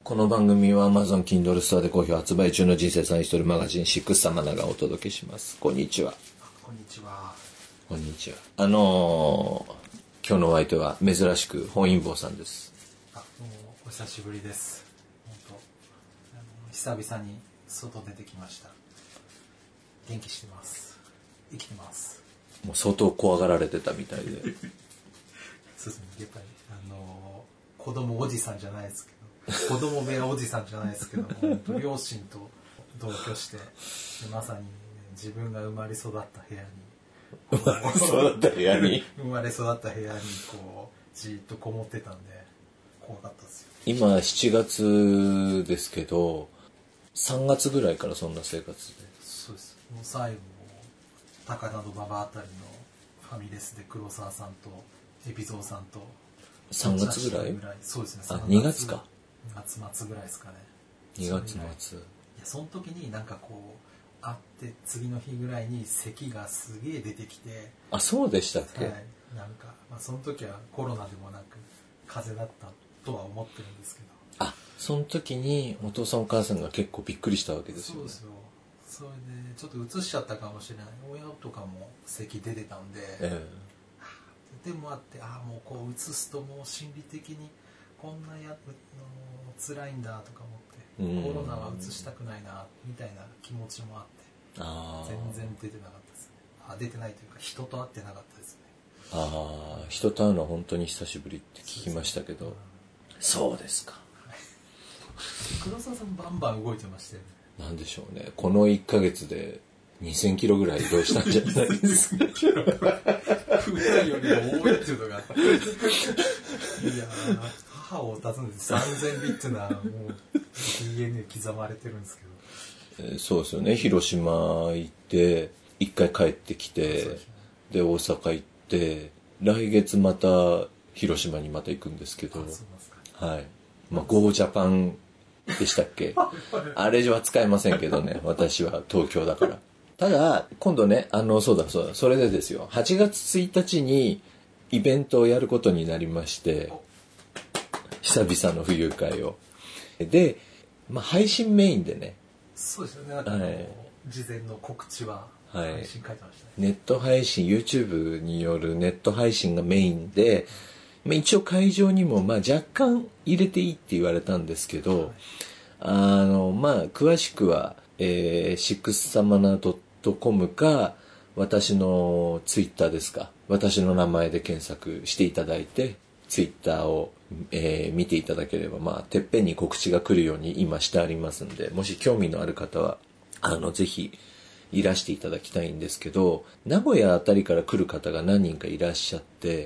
この番組は Amazon Kindle ストアで好評発売中の人生サインストーリーマガジンシックスサマナがお届けします。こんにちは。 こんにちは。 こんにちは。今日のお相手は珍しく本因坊さんです。 どうもお久しぶりです。本当久々に外出てきました。元気してます。生きてます。 もう相当怖がられてたみたいで。 そうですね。やっぱり子供おじさんじゃないですけど、子供部屋おじさんじゃないですけど、本当両親と同居して、まさに、ね、自分が生まれ育った部屋に。 生まれ育った部屋に生まれ育った部屋にこうじっとこもってたんで怖かったですよ。 今7月ですけど3月ぐらいからそんな生活で。 そうです。もう最後高田馬場あたりのファミレスで黒沢さんと海老蔵さんと 3月ぐらいそうですね。 2月か 2月末ぐらいですかね。 2月末。 いやその時になんかこう会って次の日ぐらいに咳がすげえ出てきて。 あ、そうでしたっけ。 はい、なんか、その時はコロナでもなく風邪だったとは思ってるんですけど。 あ、その時にお父さんお母さんが結構びっくりしたわけですよね。 そうですよ。それでちょっとうつしちゃったかもしれない。親とかも咳出てたんで、でもあってもうこううつすともう心理的にこんな辛いんだとか思って、コロナはうつしたくないなみたいな気持ちもあって。全然出てなかったですね。出てないというか人と会ってなかったですね。 人と会うのは本当に久しぶりって聞きましたけど。そうですか。 黒沢さんバンバン動いてましたよね。 なんでしょうね。この1ヶ月で2000キロぐらい移動したんじゃないですか。 2000キロ普段よりも多いっていうのがいや母を訪ねて3000尾っていうのはもう DNA 刻まれてるんですけど。 そうですよね。広島行って一回帰ってきて、で大阪行って来月また広島にまた行くんですけど、はい。Go Japan でしたっけ？あれは使えませんけどね。私は東京だから。ただ今度ね、そうだそれでですよ。8月1日にイベントをやることになりまして、久々の浮遊会をで、配信メインでね。 そうですよね。事前の告知は配信書いてましたね。 ネット配信、YouTube によるネット配信がメインで、一応会場にも若干入れていいって言われたんですけど、詳しくは、6samana.com か、私の Twitter ですか、私の名前で検索していただいて、Twitter を、見ていただければ、てっぺんに告知が来るように今してありますんで、もし興味のある方は、ぜひいらしていただきたいんですけど、名古屋あたりから来る方が何人かいらっしゃって、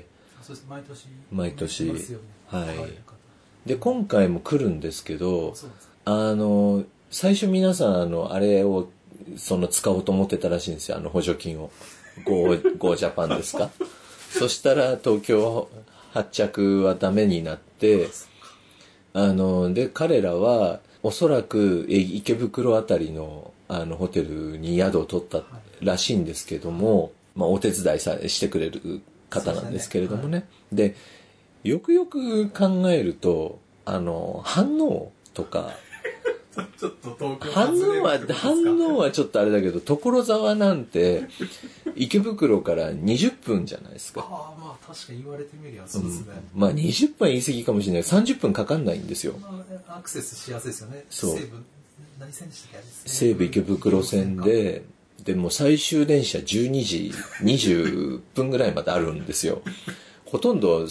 そうです。 毎年、 ね、 はい。で、今回も来るんですけど、最初皆さん、あれを、使おうと思ってたらしいんですよ。補助金を。Go Japan ですか。そしたら、東京発着はダメになって、で、彼らは、おそらく池袋あたりの、ホテルに宿を取ったらしいんですけども、お手伝いしてくれる方なんですけれどもね。で、よくよく考えると、反応とか、 ちょっと東京反応はちょっとあれだけど、所沢なんて、池袋から20分じゃないですか。 確かに言われてみりゃそうですね。 20分は言い過ぎかもしれない。30分かかんないんですよ。 アクセスしやすいですよね。 そう。 何線でしたっけ？ 西武池袋線で、でも最終電車12時20分ぐらいまであるんですよ。ほとんど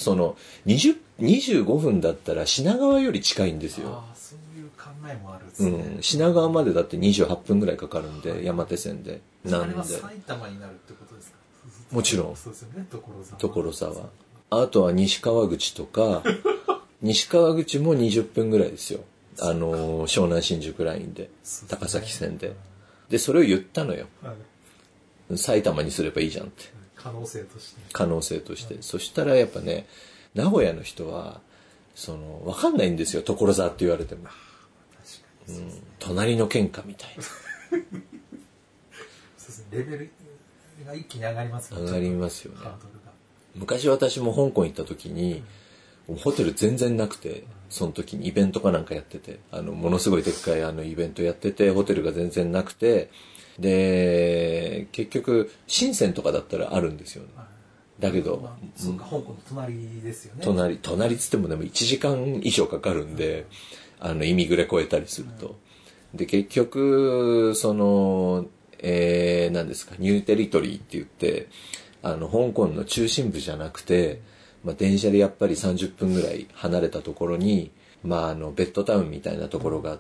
25分だったら品川より近いんですよ。 そういう考えもあるんですね。 品川までだって28分ぐらいかかるんで、山手線で。 あれは埼玉になるってことですか？ もちろん。 そうですよね。 所沢。あとは西川口とか、西川口も20分ぐらいですよ。湘南新宿ラインで、高崎線で。で、それを言ったのよ。埼玉にすればいいじゃんって。 可能性として。 そしたらやっぱね、名古屋の人は、わかんないんですよ。所沢って言われても。隣の県かみたいな。 そうですね。レベルが一気に上がりますよね。上がりますよね。昔私も香港行った時に、 ホテル全然なくて、その時にイベントかなんかやってて、ものすごいでっかいイベントやってて、ホテルが全然なくて、で、結局、深センとかだったらあるんですよね。だけど、 そうか、香港の隣ですよね。 隣つってもでも1時間以上かかるんで、イミグレ越えたりすると。で、結局、何ですか、ニューテリトリーって言って、香港の中心部じゃなくて、電車でやっぱり30分ぐらい離れたところに、ベッドタウンみたいなところがあって、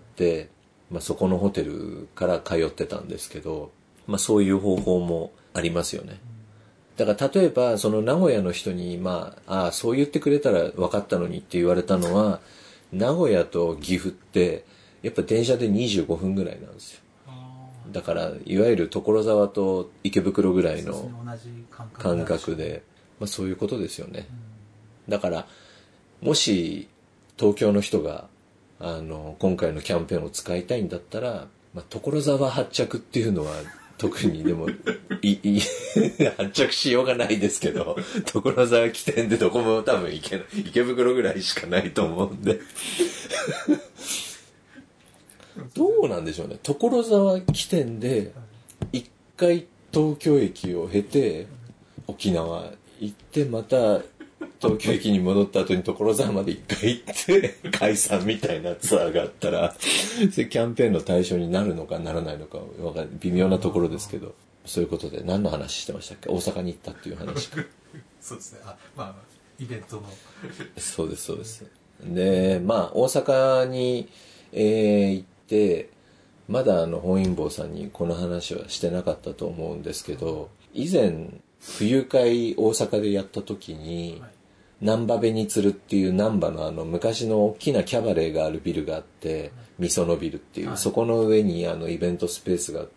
そこのホテルから通ってたんですけど、そういう方法もありますよね。だから例えば、その名古屋の人に、そう言ってくれたら分かったのにって言われたのは、名古屋と岐阜って、やっぱ電車で25分ぐらいなんですよ。だから、いわゆる所沢と池袋ぐらいの感覚で、そういうことですよね。だから、もし、東京の人が、今回のキャンペーンを使いたいんだったら、所沢発着っていうのは、特にでも、発着しようがないですけど、所沢起点でどこも多分行けない。池袋ぐらいしかないと思うんで。どうなんでしょうね。所沢起点で、一回東京駅を経て、沖縄行って、また東京駅に戻った後に所沢まで一回行って、解散みたいなツアーがあったら、それキャンペーンの対象になるのかならないのか、微妙なところですけど、そういうことで何の話してましたっけ？大阪に行ったっていう話か。 そうですね。イベントの。 そうです、そうです。で、大阪に、行って、まだ本因坊さんにこの話はしてなかったと思うんですけど、以前、冬会大阪でやった時に、難波ベニツルっていう難波の昔の大きなキャバレーがあるビルがあって、みそのビルっていう、そこの上にイベントスペースがあって、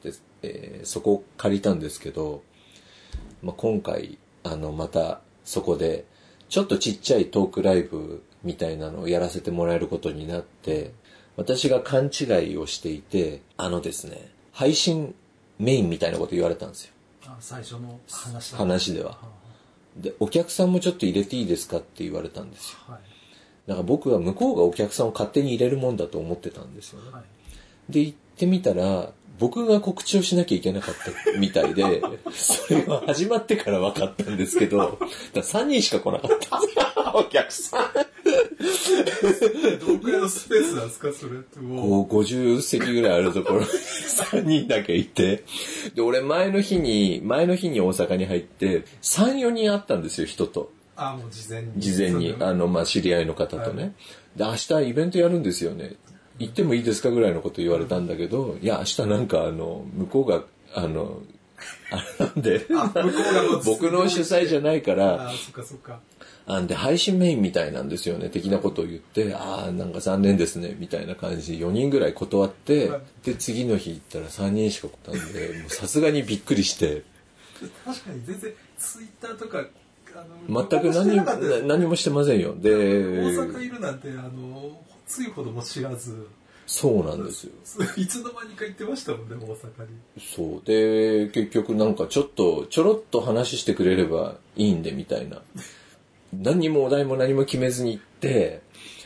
そこを借りたんですけど、今回、またそこで、ちょっとちっちゃいトークライブみたいなのをやらせてもらえることになって、私が勘違いをしていて、ですね、配信メインみたいなこと言われたんですよ。 最初の話では。で、お客さんもちょっと入れていいですかって言われたんですよ。だから僕は向こうがお客さんを勝手に入れるもんだと思ってたんですよね。で、行ってみたら、僕が告知をしなきゃいけなかったみたいで、それは始まってから分かったんですけど、3人しか来なかったお客さん。 どのくらいのスペースなんですか、それって。 50席ぐらいあるところに3人だけいて、で、俺前の日に大阪に入って、3、4人会ったんですよ、人と。 もう事前に、知り合いの方とね。で、明日イベントやるんですよね。行ってもいいですかぐらいのこと言われたんだけど、いや、明日なんか向こうが、あれなんで、僕の主催じゃないから、 そっか。 で、配信メインみたいなんですよね、的なことを言って、なんか残念ですね、みたいな感じで4人ぐらい断って、で、次の日行ったら3人しか来たんで、もうさすがにびっくりして。 確かに全然、ツイッターとか、 全く何もしてませんよ。で、大阪いるなんて、ついほども知らず。 そうなんですよ。 いつの間にか行ってましたもんね、大阪に。 そう。で、結局なんかちょろっと話してくれればいいんで、みたいな。何にもお題も何も決めずに行って、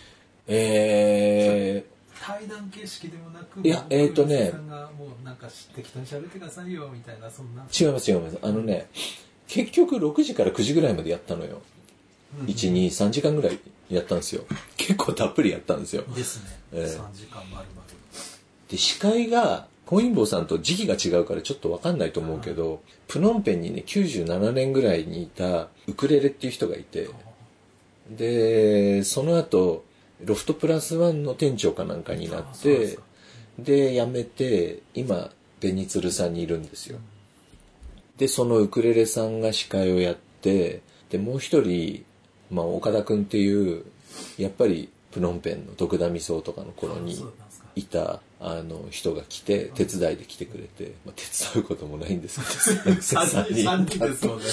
対談形式でもなく、 いや、 さんがもうなんか適当に喋ってくださいよ、みたいな、そんな。 違います。結局6時から9時ぐらいまでやったのよ。1、2、3時間ぐらいやったんですよ。結構たっぷりやったんですよ。 ですね。3時間丸々。 で、司会が、本因坊さんと時期が違うからちょっとわかんないと思うけど、プノンペンにね、97年ぐらいにいたウクレレっていう人がいて、で、その後、ロフトプラスワンの店長かなんかになって、で、辞めて、今、ベニツルさんにいるんですよ。で、そのウクレレさんが司会をやって、で、もう一人、岡田くんっていう、やっぱり、プノンペンのドクダミソウとかの頃にいた、人が来て、手伝いで来てくれて、手伝うこともないんですけど、 3人ですもんね。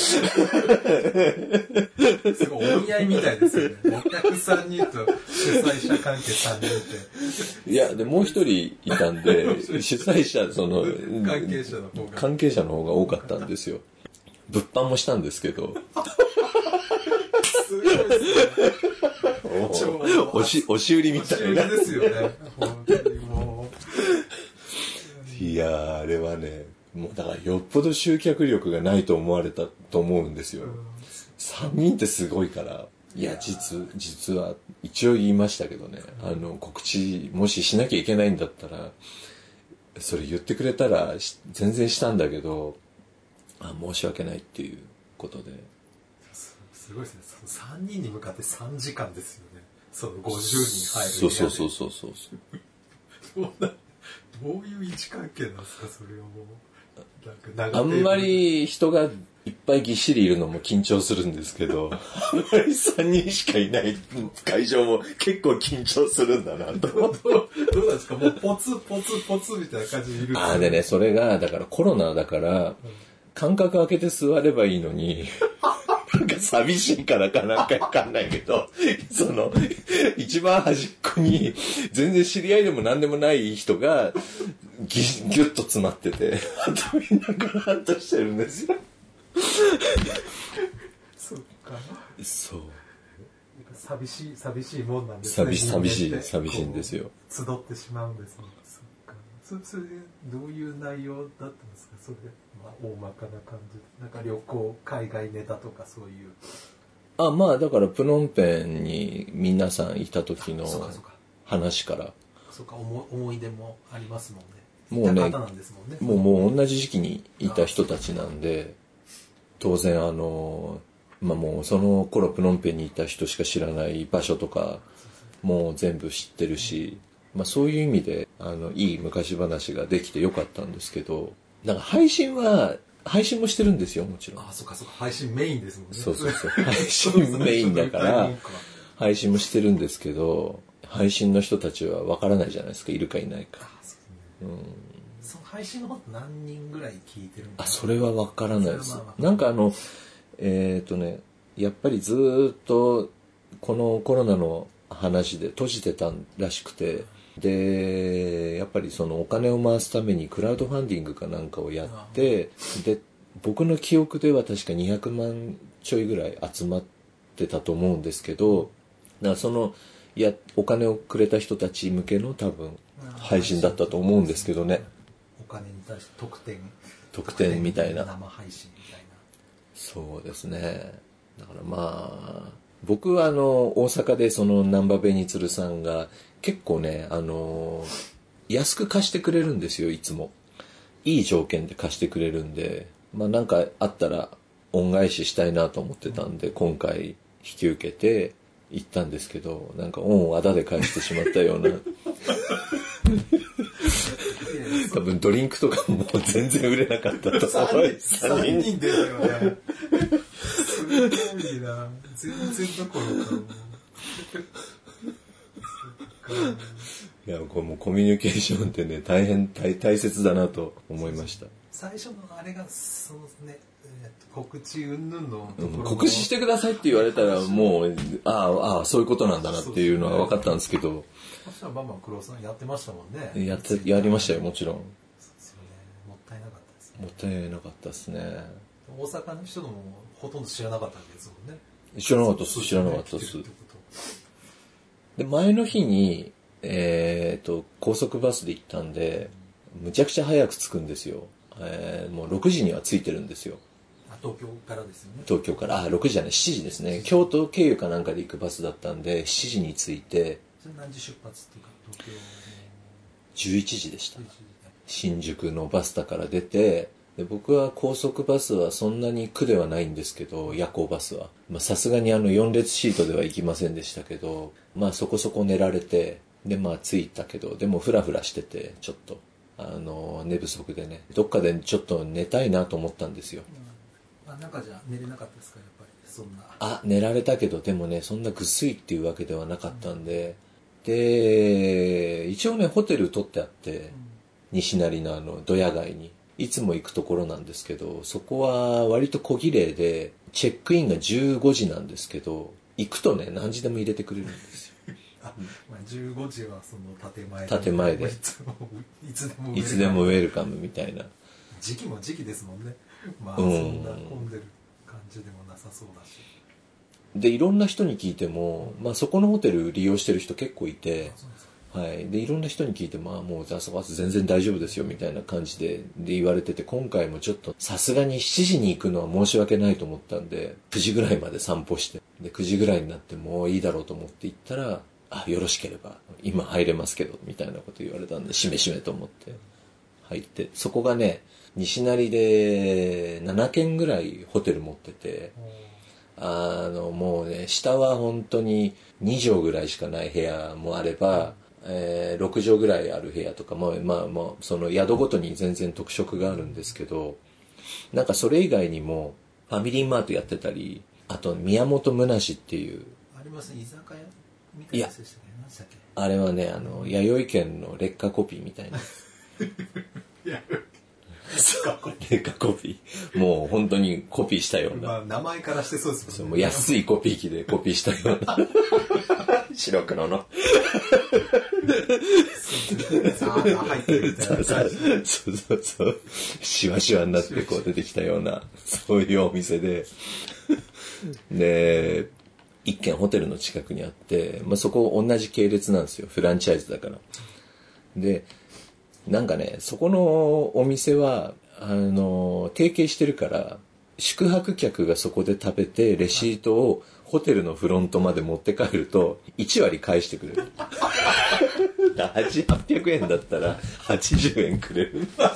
すごいお見合いみたいですよね。お客3人と主催者関係3人って。 いや、で、もう一人いたんで、主催者、関係者の方が多かったんですよ。物販もしたんですけど。 すごいですね。 押し売りみたいな。 押し売りですよね。本当にもう。いやー、あれはね、もうだからよっぽど集客力がないと思われたと思うんですよ。3人ってすごいから。いや、実は、一応言いましたけどね、告知、もししなきゃいけないんだったら、それ言ってくれたら、全然したんだけど、申し訳ないっていうことで。 すごいですね。その3人に向かって3時間ですよね。その50人入る部屋で。そう。どういう位置関係なんですか、それをもう。 あんまり人がいっぱいぎっしりいるのも緊張するんですけど、あんまり3人しかいない会場も結構緊張するんだなと。 どうなんですか、もうポツポツポツみたいな感じでいるんですか。 でね、それが、だからコロナだから、間隔空けて座ればいいのに、なんか寂しいからかなんかわかんないけど、一番端っこに、全然知り合いでも何でもない人が、ぎゅっと詰まってて、あとみんなガラッとしてるんですよ。 そっか。 そう。 寂しいもんなんですね。 寂しいんですよ。 集ってしまうんですね。そっか。それでどういう内容だったんですか、それで。大まかな感じで。なんか旅行、海外ネタとかそういう。 だからプノンペンに皆さんいた時の話から。 そうか、思い出もありますもんね。 もうね、もう同じ時期にいた人たちなんで、当然もうその頃プノンペンにいた人しか知らない場所とか、もう全部知ってるし、そういう意味で、いい昔話ができてよかったんですけど、なんか配信もしてるんですよ、もちろん。 そうか、配信メインですもんね。 そう。配信メインだから、配信もしてるんですけど、配信の人たちは分からないじゃないですか、いるかいないか。 その配信の方って何人ぐらい聞いてるんですか。 それは分からないです。なんかやっぱりずーっとこのコロナの話で閉じてたらしくて、で、やっぱりそのお金を回すためにクラウドファンディングかなんかをやって、で、僕の記憶では確か200万ちょいぐらい集まってたと思うんですけど、だからお金をくれた人たち向けの多分配信だったと思うんですけどね。 お金に対して特典みたいな。 生配信みたいな。 そうですね。だから僕は大阪でその難波紅鶴さんが結構ね、安く貸してくれるんですよ、いつも。いい条件で貸してくれるんで、なんかあったら恩返ししたいなと思ってたんで、今回引き受けて行ったんですけど、なんか恩をあだで返してしまったような。多分ドリンクとかも全然売れなかったと思う。 3人ですよね。すごいな。全然どころかも。 いや、これもうコミュニケーションってね、大切だなと思いました。 最初のあれが、告知云々のところ、 告知してくださいって言われたらもう、そういうことなんだなっていうのは分かったんですけど。 そしたらバンバン黒尾さんやってましたもんね。 やりましたよ、もちろん。 そうですよね。もったいなかったですね。 もったいなかったですね。 大阪の人もほとんど知らなかったわけですもんね。 知らなかったです。で、前の日に、高速バスで行ったんで、むちゃくちゃ早く着くんですよ。もう6時には着いてるんですよ。 東京からですよね。 東京から、6時じゃない、7時ですね。京都経由かなんかで行くバスだったんで、7時に着いて。 それ何時出発っていうか、東京11時でした。新宿のバスタから出て、で僕は高速バスはそんなに苦ではないんですけど、夜行バスは。さすがに4列シートでは行きませんでしたけど、そこそこ寝られて、で着いたけど、でもフラフラしてて、ちょっと、寝不足でね、どっかでちょっと寝たいなと思ったんですよ。 なんかじゃあ寝れなかったですか、やっぱり。そんな。 寝られたけど、でもね、そんなぐっすりっていうわけではなかったんで、で、一応ね、ホテル取ってあって、西成のドヤ街に。いつも行くところなんですけど、そこは割と小綺麗で、チェックインが15時なんですけど、行くとね、何時でも入れてくれるんですよ。 15時はその建前で。いつでもウェルカムみたいな。 時期ですもんね。そんな混んでる感じでもなさそうだし。 でいろんな人に聞いても、まあ、そこのホテル利用してる人結構いて、はい、でいろんな人に聞いて、まあ、もうザ・ソファーズ全然大丈夫ですよみたいな感じで言われてて、今回もちょっとさすがに7時に行くのは申し訳ないと思ったんで、9時ぐらいまで散歩して、で9時ぐらいになってもういいだろうと思って行ったら、あ、よろしければ今入れますけどみたいなこと言われたんで、しめしめと思って入って、そこがね、西成で7軒ぐらいホテル持ってて、もうね、下は本当に2畳ぐらいしかない部屋もあれば、6畳ぐらいある部屋とかも、まあその宿ごとに全然特色があるんですけど、なんかそれ以外にもファミリーマートやってたり、あと宮本むなしっていう、 ありますね、居酒屋みたいなやつでしたっけ？何でしたっけ？ あれはね、弥生県の劣化コピーみたいな劣化コピー、もう本当にコピーしたような、 まあ、名前からしてそうですもんね。 もう安いコピー機でコピーしたような白黒の入ってるみたいな感じ。 そうシワシワになってこう出てきたような、そういうお店で、で一軒ホテルの近くにあって、まあ、そこ同じ系列なんですよ、フランチャイズだから。でなんかね、そこのお店は提携してるから、宿泊客がそこで食べてレシートをホテルのフロントまで持って帰ると1割返してくれる800円だったら80円くれるんですよ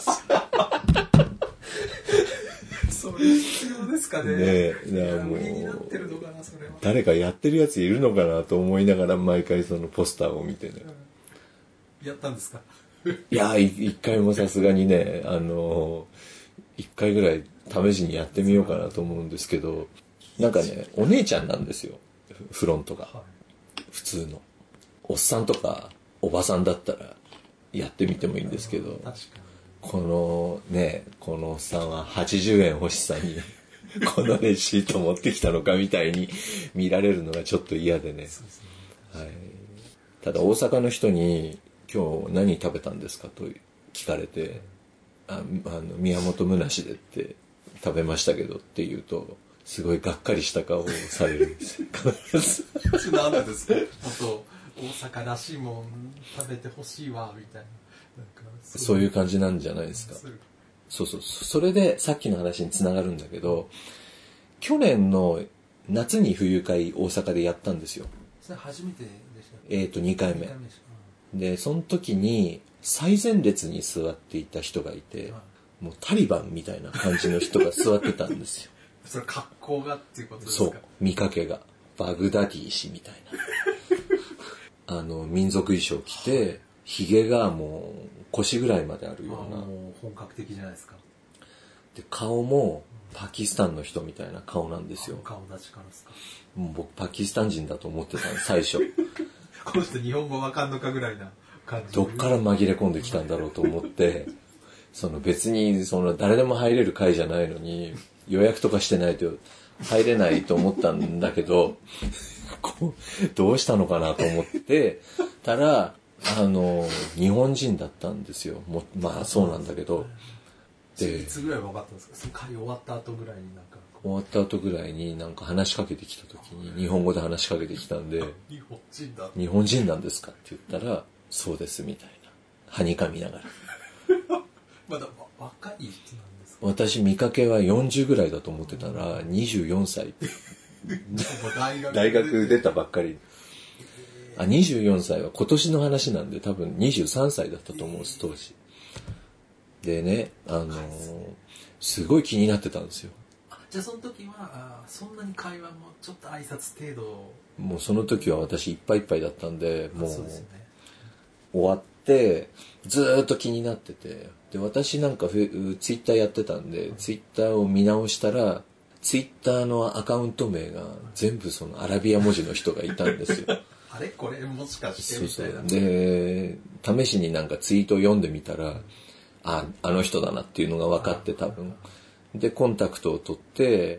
それ必要ですかね。 ねえ、だからもう誰かやってるやついるのかなと思いながら毎回そのポスターを見てね、 やったんですか？ いや一回もさすがにね、一回ぐらい試しにやってみようかなと思うんですけど、なんかね、お姉ちゃんなんですよ、フロントが。普通のおっさんとかおばさんだったらやってみてもいいんですけど、このおっさんは80円欲しさにこのレシート持ってきたのかみたいに見られるのがちょっと嫌でね。はい、ただ大阪の人に今日何食べたんですかと聞かれて、宮本むなしでって食べましたけどって言うと、すごいがっかりした顔をされるんですよ。 なんでですか？もっと大阪らしいもん食べてほしいわみたいな、 そういう感じなんじゃないですか。そうそれでさっきの話につながるんだけど、去年の夏に冬会大阪でやったんですよ。 それ初めてでした？ 2回目で、その時に最前列に座っていた人がいて、もうタリバンみたいな感じの人が座ってたんですよ。 それ格好がっていうことですか？ そう、見かけがバグダディ氏みたいな民族衣装着て、髭がもう腰ぐらいまであるような、 もう本格的じゃないですか。 で顔もパキスタンの人みたいな顔なんですよ。 顔立ちからですか？ もう僕パキスタン人だと思ってたの最初。 この人日本語わかんのかぐらいな感じ。 どっから紛れ込んできたんだろうと思って、別に誰でも入れる会じゃないのに予約とかしてないと入れないと思ったんだけどどうしたのかなと思ってたら、日本人だったんですよ。まあそうなんだけど、 でいつぐらい分かったんですか？その会終わった後ぐらいに終わった後ぐらいに話しかけてきた時に、日本語で話しかけてきたんで、日本人なんですかって言ったら、そうですみたいな、はにかみながらまだ若い人なんですか？ 私見かけは40ぐらいだと思ってたら24歳大学出たばっかり。24歳は今年の話なんで、多分23歳だったと思うんです、当時でね。すごい気になってたんですよ。 じゃあその時はそんなに会話もちょっと挨拶程度。 もうその時は私いっぱいいっぱいだったんで、もうそうですよね、 終わってずーっと気になってて、で私なんかツイッターやってたんで、ツイッターを見直したら、ツイッターのアカウント名が全部アラビア文字の人がいたんですよ。 あれこれもしかしてみたいな。 で試しにツイートを読んでみたら、あの人だなっていうのが分かって、多分でコンタクトを取って、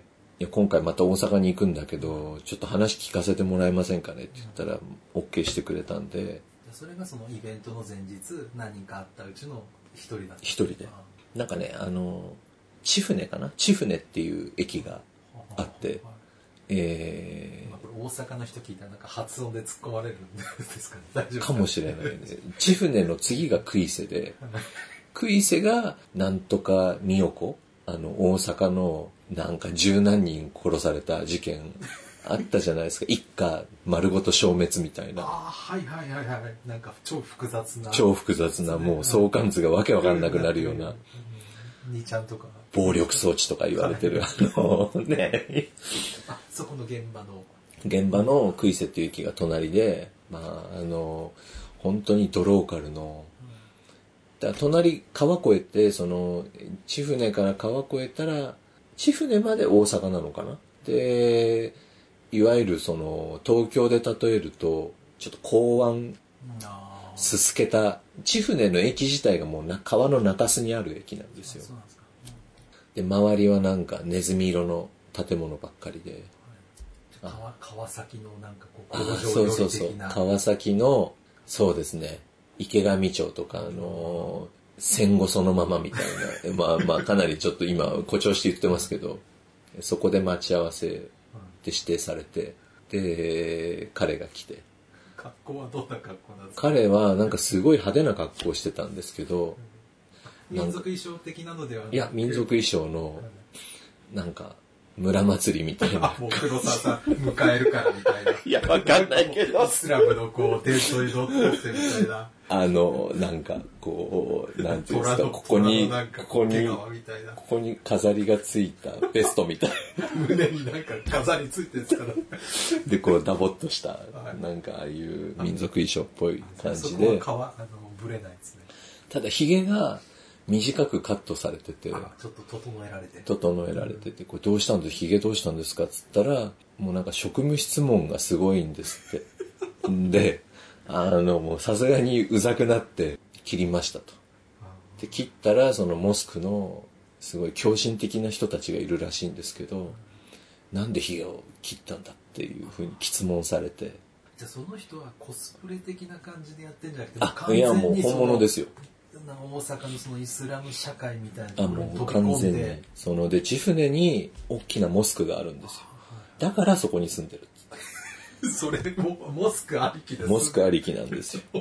いや今回また大阪に行くんだけどちょっと話聞かせてもらえませんかねって言ったら OK してくれたんで、 それがそのイベントの前日何人かあったうちの一人だった。 一人でなんかね、千船かな、千船っていう駅があって、 これ大阪の人聞いたらなんか発音で突っ込まれるんですかね。大丈夫ですか？ かもしれないね。千船の次がクイセで、クイセがなんとか美代子、大阪のなんか十何人殺された事件あったじゃないですか。一家丸ごと消滅みたいな。 はいはいはいはい。なんか超複雑なもう相関図がわけわかんなくなるような。 兄ちゃんとか。 暴力装置とか言われてる。ね。 そこの現場のクイセっていう駅が隣で、本当にドローカルの、だ隣川越えて、千船から川越えたら、千船まで大阪なのかな。で、いわゆる東京で例えると、ちょっと港湾、すすけた、千船の駅自体がもう川の中州にある駅なんですよ。で、周りはなんかネズミ色の建物ばっかりで。 川崎のなんかこう、工場そうそうそう。川崎の、そうですね。池上町とか戦後そのままみたいな。かなりちょっと今誇張して言ってますけど、そこで待ち合わせで指定されて、で、彼が来て。 格好はどんな格好なんですか？ 彼はなんかすごい派手な格好をしてたんですけど、 民族衣装的なのではなくて、 いや、民族衣装の、なんか、村祭りみたいな。 もう黒沢さん迎えるからみたいな。 いや、わかんないけど。 イスラムのこう、伝統にのっとってみたいな。 なんか、こう、なんていうんですか、ここに飾りがついたベストみたいな。 胸になんか飾りついてるんですから。 で、こう、ダボっとした、なんかああいう民族衣装っぽい感じで。 そこはぶれないですね。 ただ、髭が短くカットされてて。 ちょっと整えられてて。 これどうしたんです髭どうしたんですかっつったら、もうなんか職務質問がすごいんですって。で、もうさすがにうざくなって切りましたと。で、切ったら、モスクのすごい狂信的な人たちがいるらしいんですけど、なんで髭を切ったんだっていうふうに質問されて。 じゃあその人はコスプレ的な感じでやってんじゃなくて、 いやもう本物ですよ。 大阪のそのイスラム社会みたいなところにもう完全に。で、千船に大きなモスクがあるんですよ。だからそこに住んでる。 それモスクありきです。 モスクありきなんですよ。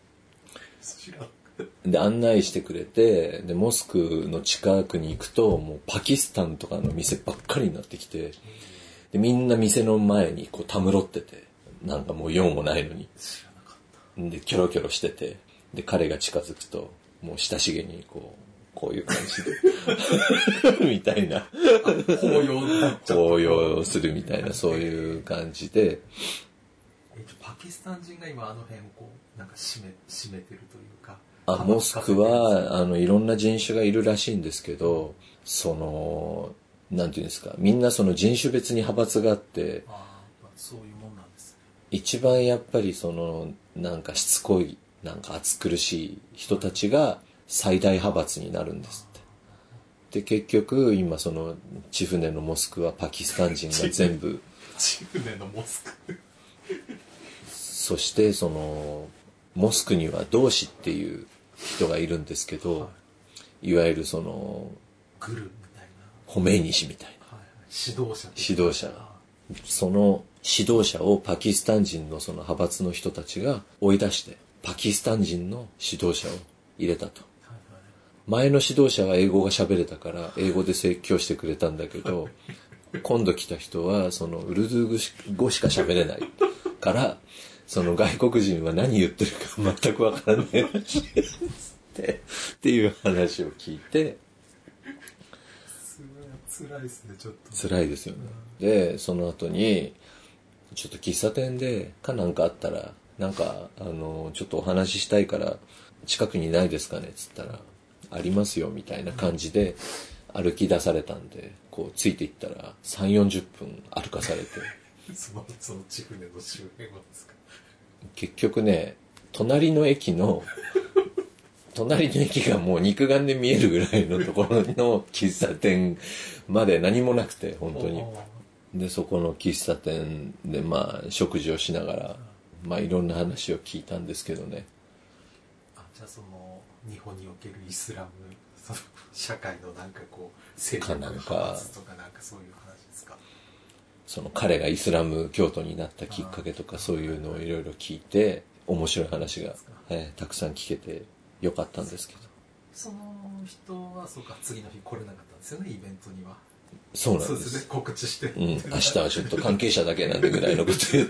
で、案内してくれて、で、モスクの近くに行くと、もうパキスタンとかの店ばっかりになってきて、で、みんな店の前にこうたむろってて、なんかもう用もないのに。 知らなかった。 で、キョロキョロしてて、で、彼が近づくと、もう親しげにこういう感じで、みたいな。抱擁するみたいな、そういう感じで。 パキスタン人が今あの辺をこう、なんか占めてるというか。 モスクは、いろんな人種がいるらしいんですけど、なんていうんですか、みんなその人種別に派閥があって、 そういうもんなんですね。 一番やっぱりなんかしつこい、なんか暑苦しい人たちが最大派閥になるんですって。で、結局、今千船のモスクはパキスタン人が全部。 千船のモスクそして、モスクには同志っていう人がいるんですけど、いわゆるグルみたいな。 ホメイニ師みたいな。 指導者。 その指導者をパキスタン人の派閥の人たちが追い出して、パキスタン人の指導者を入れたと。前の指導者は英語が喋れたから、英語で説教してくれたんだけど、今度来た人は、ウルドゥー語しか喋れないから、外国人は何言ってるか全くわからないらしいっていう話を聞いて、 辛いですね、ちょっと。 辛いですよね。で、その後に、ちょっと喫茶店で、なんかあったら、なんか、ちょっとお話ししたいから、近くにないですかねっつったら、ありますよ、みたいな感じで、歩き出されたんで、ついていったら、3、40分歩かされて。 その千船の周辺はですか？ 結局ね、隣の駅がもう肉眼で見えるぐらいのところの喫茶店まで何もなくて、本当に。で、そこの喫茶店で食事をしながら、いろんな話を聞いたんですけどね。 じゃあ日本におけるイスラム、社会のなんか勢力派閥とかなんかそういう話ですか？ その彼がイスラム教徒になったきっかけとかそういうのをいろいろ聞いて、面白い話が、たくさん聞けてよかったんですけど。 その人はそうか、次の日来れなかったんですよね、イベントには。 そうなんです。 そうですね、告知して。 明日はちょっと関係者だけなんでぐらいのこと言って。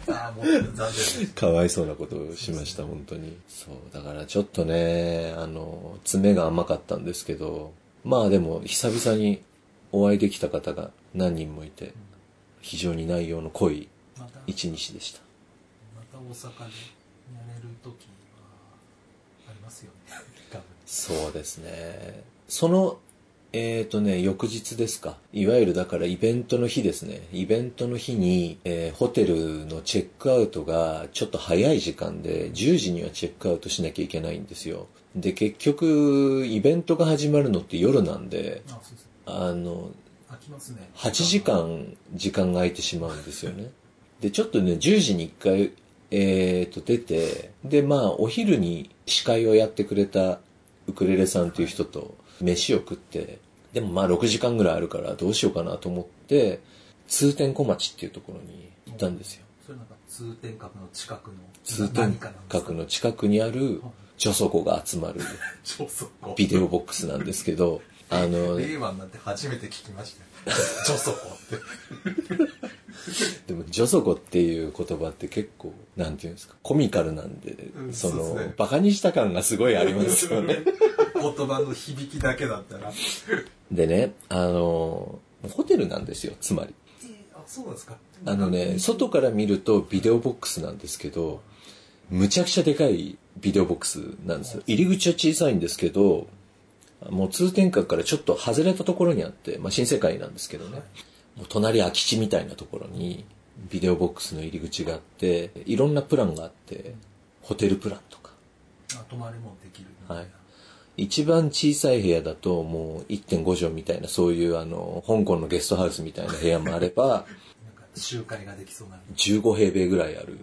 ああ、もう残念。 かわいそうなことをしました、本当に。そう、だからちょっとね、詰めが甘かったんですけど、まあでも久々にお会いできた方が何人もいて、非常に内容の濃い一日でした。 また大阪でやれる時はありますよね。 そうですね。その翌日ですか。いわゆるだからイベントの日ですね。イベントの日に、ホテルのチェックアウトがちょっと早い時間で、10時にはチェックアウトしなきゃいけないんですよ。で、結局、イベントが始まるのって夜なんで、 飽きますね。 8時間時間が空いてしまうんですよね。で、ちょっとね、10時に1回、出て、で、まあ、お昼に司会をやってくれたウクレレさんという人と飯を食って、でもまあ6時間ぐらいあるからどうしようかなと思って、通天小町っていうところに行ったんですよ。 それなんか通天閣の近くの通天閣の近くにある女祖子が集まるビデオボックスなんですけど、 令和になって初めて聞きましたよ。女祖子って。 でも女祖子っていう言葉って結構なんていうんですか、コミカルなんで、バカにした感がすごいありますよね。 言葉の響きだけだったら。 でね、ホテルなんですよ、つまり。 そうなんですか。 外から見るとビデオボックスなんですけど、むちゃくちゃでかいビデオボックスなんですよ。入り口は小さいんですけど、もう通天閣からちょっと外れたところにあって、まあ新世界なんですけどね、もう隣空き地みたいなところにビデオボックスの入り口があって、いろんなプランがあって、ホテルプランとか。 泊まりもできる。 はい。一番小さい部屋だともう 1.5 畳みたいな、そういう香港のゲストハウスみたいな部屋もあれば、 なんか集会ができそうな。 15平米ぐらいある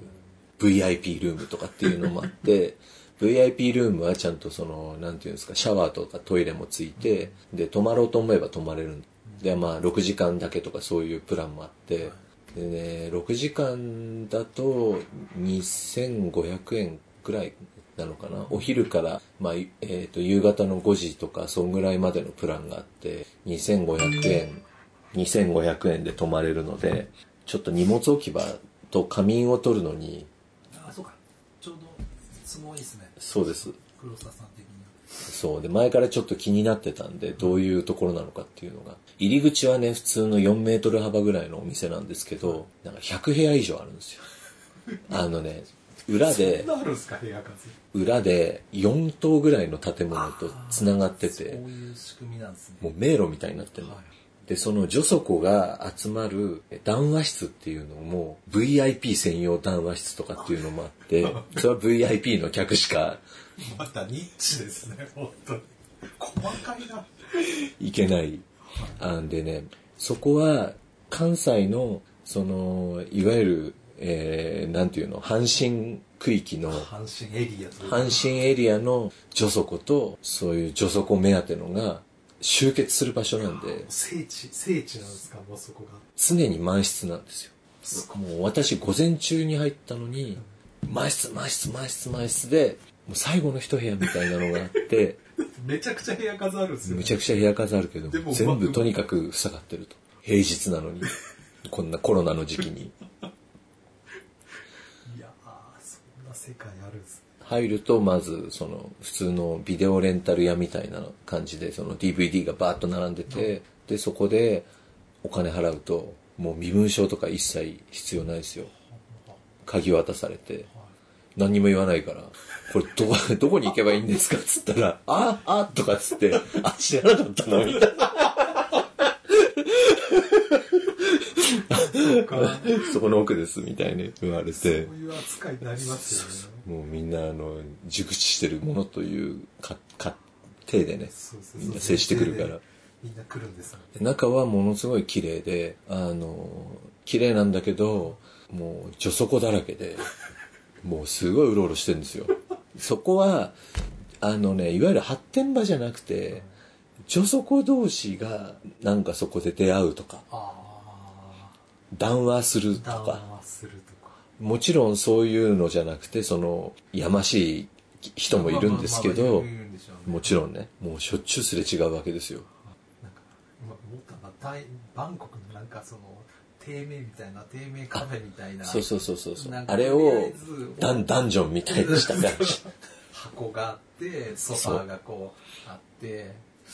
VIP ルームとかっていうのもあって、VIP ルームはちゃんとなんていうんですか、シャワーとかトイレもついて、で、泊まろうと思えば泊まれる。で、まあ、6時間だけとかそういうプランもあって、でね、6時間だと2500円くらいなのかな。お昼から、まあ、夕方の5時とか、そんぐらいまでのプランがあって、2500円で泊まれるので、ちょっと荷物置き場と仮眠を取るのに、 そうか。ちょうど、都合いいですね。 そうです。 黒沢さん的に。 そうで、前からちょっと気になってたんで、どういうところなのかっていうのが。入り口はね、普通の4メートル幅ぐらいのお店なんですけど、なんか100部屋以上あるんですよ。裏で、裏で4棟ぐらいの建物と繋がってて、そういう仕組みなんですね。 もう迷路みたいになってるの。で、その女祖子が集まる談話室っていうのも VIP 専用談話室とかっていうのもあって、それは VIP の客しかまたニッチですね、本当に。細かいな。 いけない。でね、そこは関西のいわゆる、なんていうの、阪神区域の阪神エリアの女祖子とそういう女祖子目当てのが集結する場所なんで、 聖地なんですか、もうそこが。 常に満室なんですよ。もう私午前中に入ったのに、満室で、もう最後の一部屋みたいなのがあって、 めちゃくちゃ部屋数あるんですよ、ね。 めちゃくちゃ部屋数あるけど、全部とにかく塞がってると。平日なのに。こんなコロナの時期に。 いやー、そんな世界あるんですね。 入ると、まず、普通のビデオレンタル屋みたいな感じで、DVD がバーッと並んでて、で、そこでお金払うと、もう身分証とか一切必要ないですよ。鍵渡されて、何にも言わないから、これどこに行けばいいんですかっつったら、とかっつって、知らなかったのみたいな。そこの奥ですみたいに言われて、そういう扱いになりますよね。 もうみんな熟知してるものという体でね、みんな接してくるから、 みんな来るんです、ね。 中はものすごい綺麗で、綺麗なんだけど、もう女祖子だらけで、もうすごいうろうろしてるんですよ。そこは、いわゆる発展場じゃなくて、女祖子同士がなんかそこで出会うとか、 談話するとか。 談話するとか。 もちろんそういうのじゃなくて、やましい人もいるんですけど、もちろんね、もうしょっちゅうすれ違うわけですよ。 なんか、思ったのが、バンコクのなんか低迷みたいな、低迷カフェみたいな。 そう。あれを、ダンジョンみたいにした感じ。 箱があって、ソファーがあって、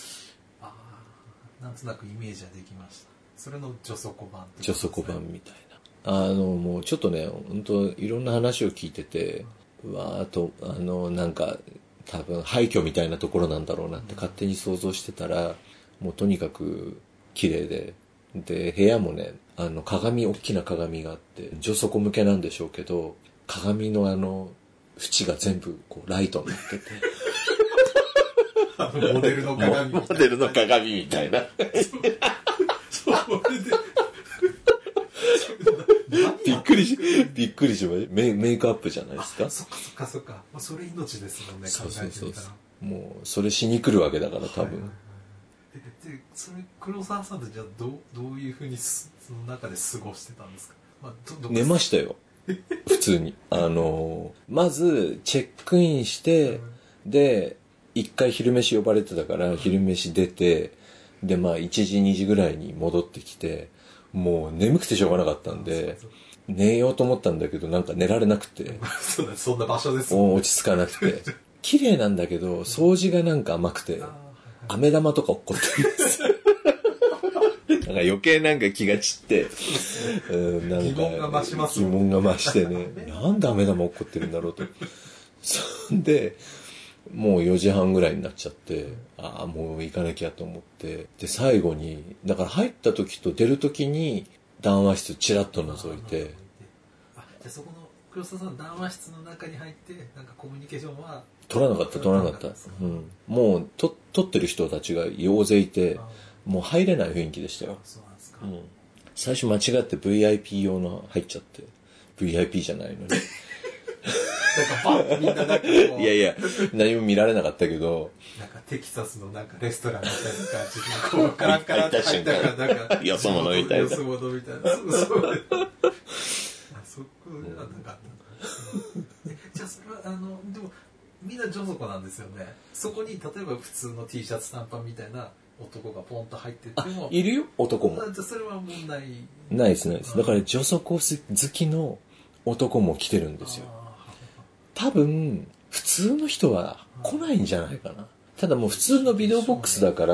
なんとなくイメージはできました。それの女底版ってことですね。女底版みたいな。もうちょっとね、本当いろんな話を聞いてて、なんか、多分廃墟みたいなところなんだろうなって勝手に想像してたら、もうとにかく綺麗で、で、部屋もね、大きな鏡があって、女底向けなんでしょうけど、鏡の縁が全部ライトになってて。モデルの鏡。 モデルの鏡みたいな。びっくりしました。メイクアップじゃないですか。 そっか。それ命ですもんね、考えてみたら。 もう、それしに来るわけだから多分。 で、黒沢さんってじゃあどういうふうにその中で過ごしてたんですか？ 寝ましたよ。普通に。まず、チェックインして、で、一回昼飯呼ばれてたから、昼飯出て、で、1時、2時ぐらいに戻ってきて、もう眠くてしょうがなかったんで、寝ようと思ったんだけど、なんか寝られなくて。 そんな場所ですもんね。 落ち着かなくて。綺麗なんだけど、掃除がなんか甘くて、飴玉とか落っこってるんですよ。なんか余計なんか気が散って、なんか疑問が増しますよね。疑問が増してね、なんで飴玉落っこってるんだろうと。そんで、もう4時半ぐらいになっちゃって、もう行かなきゃと思って、で、最後に、だから入った時と出る時に談話室チラッと覗いて、 じゃあそこの黒沢さん談話室の中に入って、なんかコミュニケーションは取らなかった。もう、撮ってる人たちが大勢いて、もう入れない雰囲気でしたよ。 そうなんですか。 最初間違って VIP 用の入っちゃって、VIP じゃないのに。 なんかみんななんかいや、何も見られなかったけど。 なんかテキサスのなんかレストランみたいな感じで、カランカランって入ったからなんか、 よそ者みたいな。 よそ者みたいな。そこがなかった。じゃあそれは、でも、みんな女底なんですよね。そこに、例えば普通の T シャツ短パンみたいな男がポンと入ってっても。 いるよ、男も。 じゃあそれは問題ないです。だから女底好きの男も来てるんですよ。多分、普通の人は来ないんじゃないかな。ただもう普通のビデオボックスだから、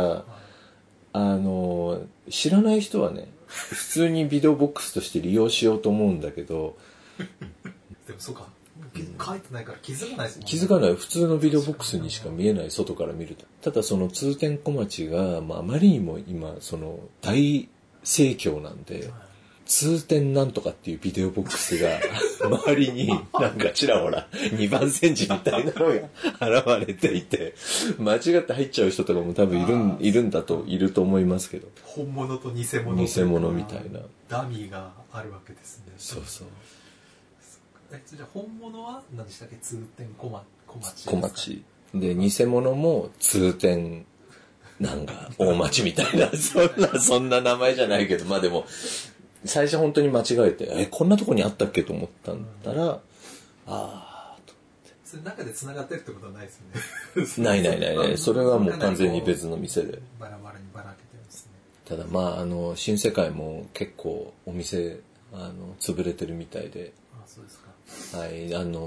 知らない人はね、普通にビデオボックスとして利用しようと思うんだけど。 でもそうか。書いてないから気づかないですもんね。 気づかない。普通のビデオボックスにしか見えない、外から見ると。ただその通天小町が、あまりにも今、大盛況なんで、通天なんとかっていうビデオボックスが周りになんかちらほら2番煎じみたいなのが現れていて、間違って入っちゃう人とかも多分いると思いますけど。 本物と偽物みたいな。 ダミーがあるわけですね。 そう。 じゃあ本物は何でしたっけ？通天小町。 小町。で、偽物も通天なんか大町みたいな、そんな名前じゃないけど、でも、最初本当に間違えて、こんなとこにあったっけと思ったんだら、と思って。 それ中で繋がってるってことはないですよね。 ない。それはもう完全に別の店で。 バラバラにばらけてますね。 ただ新世界も結構お店、潰れてるみたいで。 そうですか。 はい、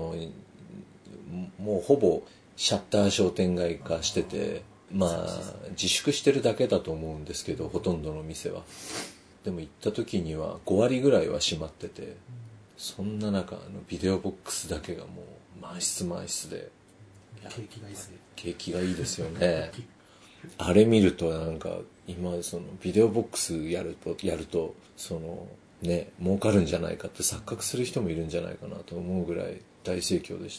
もうほぼシャッター商店街化してて、自粛してるだけだと思うんですけど、ほとんどの店は。でも行った時には5割ぐらいは閉まってて、そんな中、ビデオボックスだけがもう満室で。 景気がいいですね。 景気がいいですよね。あれ見るとなんか、今ビデオボックスやると、儲かるんじゃないかって錯覚する人もいるんじゃないかなと思うぐらい大盛況でした。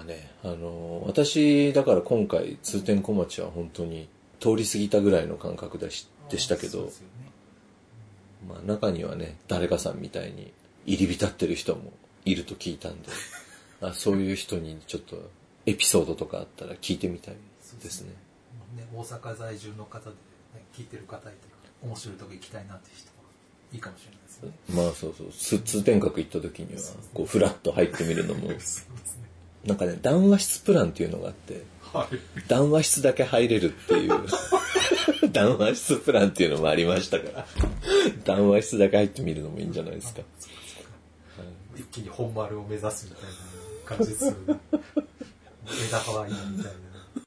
私、だから今回、通天小町は本当に通り過ぎたぐらいの感覚でしたけど、中にはね、誰かさんみたいに入り浸ってる人もいると聞いたんで、そういう人にちょっとエピソードとかあったら聞いてみたいですね。 大阪在住の方で、聞いてる方いて、面白いとこ行きたいなって人は。 いいかもしれないですね。 まあそうそう、通天閣行った時にはこうフラッと入ってみるのもそうですね。なんかね、談話室プランっていうのがあって、はい、談話室だけ入れるっていう談話室プランっていうのもありましたから談話室だけ入ってみるのもいいんじゃないですか。 一気に本丸を目指すみたいな感じですよね。枝葉はいいみたいな。